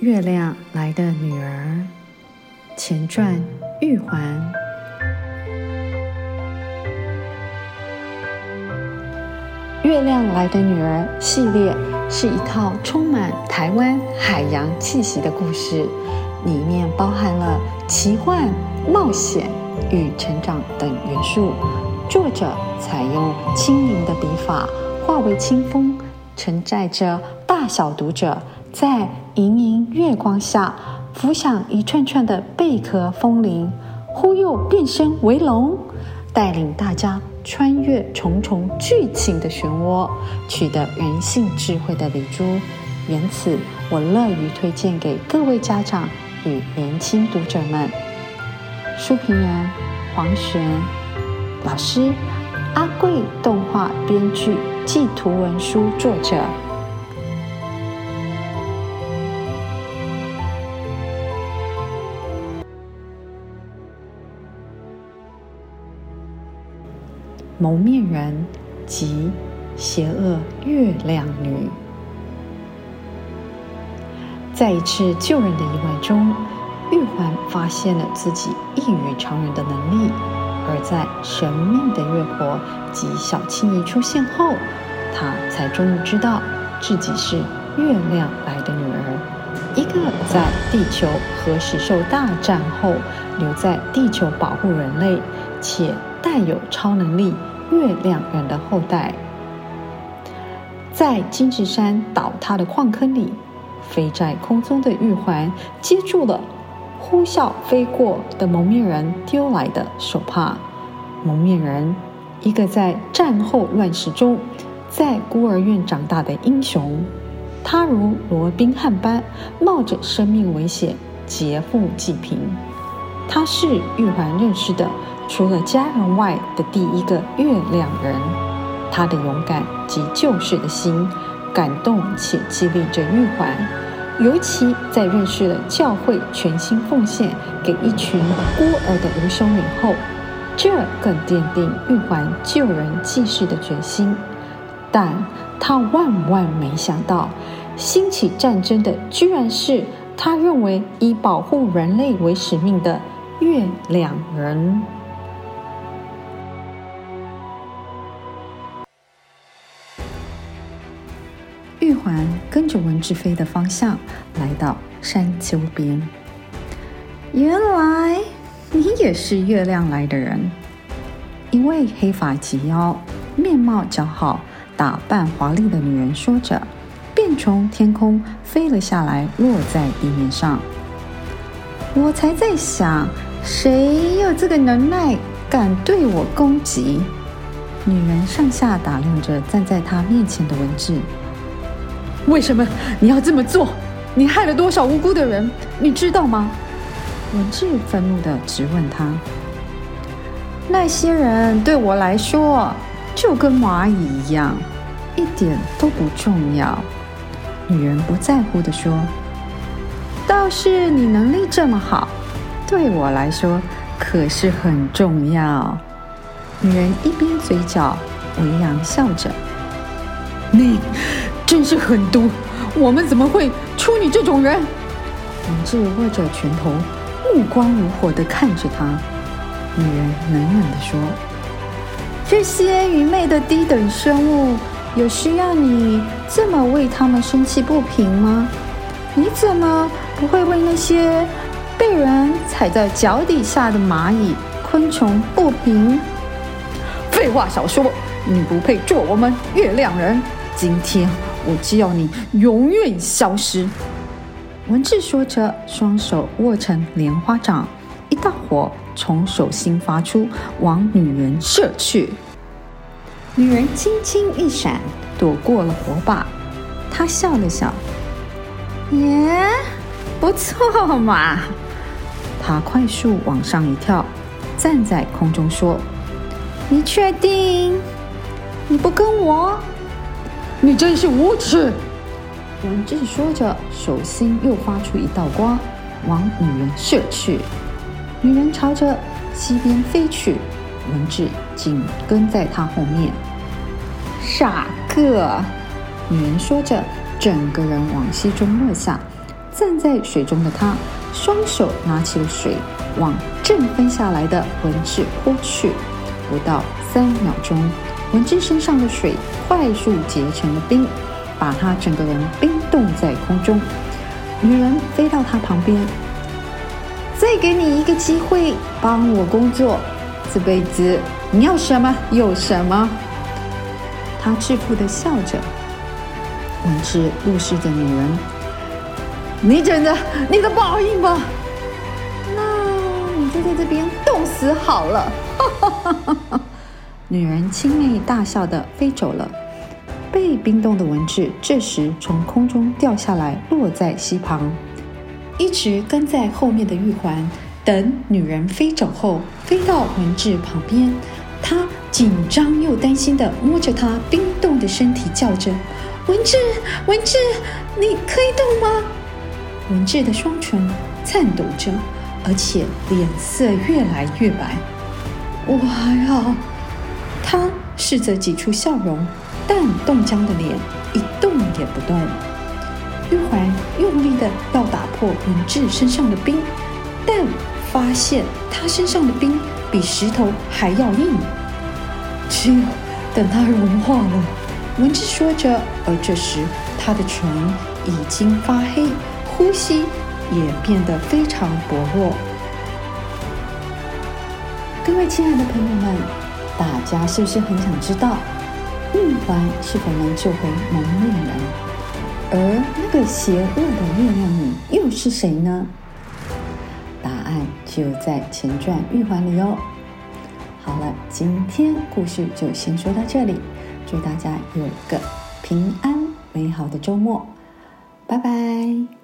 月亮来的女儿前传玉环。月亮来的女儿系列是一套充满台湾海洋气息的故事，里面包含了奇幻、冒险与成长等元素。作者采用轻盈的笔法，化为清风，承载着大小读者在盈盈月光下浮想一串串的贝壳风铃，忽又变身为龙，带领大家穿越重重剧情的漩涡，取得人性智慧的理珠。缘此，我乐于推荐给各位家长与年轻读者们。书评人黄璇老师，阿贵动画编剧暨图文书作者。蒙面人及邪恶月亮女。在一次救人的意外中，玉环发现了自己异于常人的能力，而在神秘的月婆及小青姨出现后，她才终于知道自己是月亮来的女儿，一个在地球核食兽大战后留在地球保护人类且带有超能力月亮人的后代。在金池山倒塌的矿坑里，飞在空中的玉环接住了呼啸飞过的蒙面人丢来的手帕。蒙面人，一个在战后乱世中在孤儿院长大的英雄，他如罗宾汉般冒着生命危险劫富济贫。他是玉环认识的除了家人外的第一个月亮人。他的勇敢及救世的心感动且激励着玉环，尤其在认识了教会全心奉献给一群孤儿的无sống女后，这更奠定玉环救人济世的决心。但他万万没想到，兴起战争的居然是他认为以保护人类为使命的月亮人。玉环跟着文志飞的方向来到山丘边。原来你也是月亮来的人。一位黑发及腰、面貌姣好、打扮华丽的女人说着，便从天空飞了下来，落在地面上。我才在想，谁有这个能耐敢对我攻击？女人上下打量着站在她面前的文志。为什么你要这么做？你害了多少无辜的人，你知道吗？文志愤怒地质问他。那些人对我来说就跟蚂蚁一样，一点都不重要。女人不在乎地说。倒是你能力这么好，对我来说可是很重要。女人一边嘴角微扬笑着。你真是狠毒，我们怎么会出你这种人？文志握着拳头，目光如火地看着他。女人冷冷地说，这些愚昧的低等生物有需要你这么为他们生气不平吗？你怎么不会为那些被人踩在脚底下的蚂蚁、昆虫不平？废话少说，你不配做我们月亮人，今天我就要你永远消失。文志说着，双手握成莲花掌，一道火从手心发出，往女人射去。女人轻轻一闪，躲过了火把。她笑了笑，耶，不错嘛。她快速往上一跳，站在空中说，你确定你不跟我？你真是无耻！文志说着，手心又发出一道光，往女人射去。女人朝着西边飞去，文志紧跟在她后面。傻个！女人说着，整个人往溪中落下， 站在水中的他，双手拿起了水，往正飞下来的文治泼去。不到3秒钟，文治身上的水快速结成了冰，把他整个人冰冻在空中。女人飞到他旁边，再给你一个机会帮我工作，这辈子你要什么有什么。他自负地笑着。文治怒视着女人，你等着你的报应吧，那你就在这边冻死好了。女人轻蔑大笑地飞走了。被冰冻的文治这时从空中掉下来，落在溪旁。一直跟在后面的玉环等女人飞走后，飞到文治旁边，她紧张又担心地摸着他冰冻的身体，叫着，文治，文治，你可以动吗？文治的双唇颤抖着，而且脸色越来越白。我还好。他试着挤出笑容，但冻僵的脸一动也不动。玉环用力的要打破文治身上的冰，但发现他身上的冰比石头还要硬。只有等它融化了，文治说着，而这时他的唇已经发黑，呼吸也变得非常薄弱。各位亲爱的朋友们，大家是不是很想知道玉环是否能救回蒙面人？而那个邪恶的月亮女又是谁呢？答案就在前传玉环里哦。好了，今天故事就先说到这里，祝大家有个平安美好的周末，拜拜。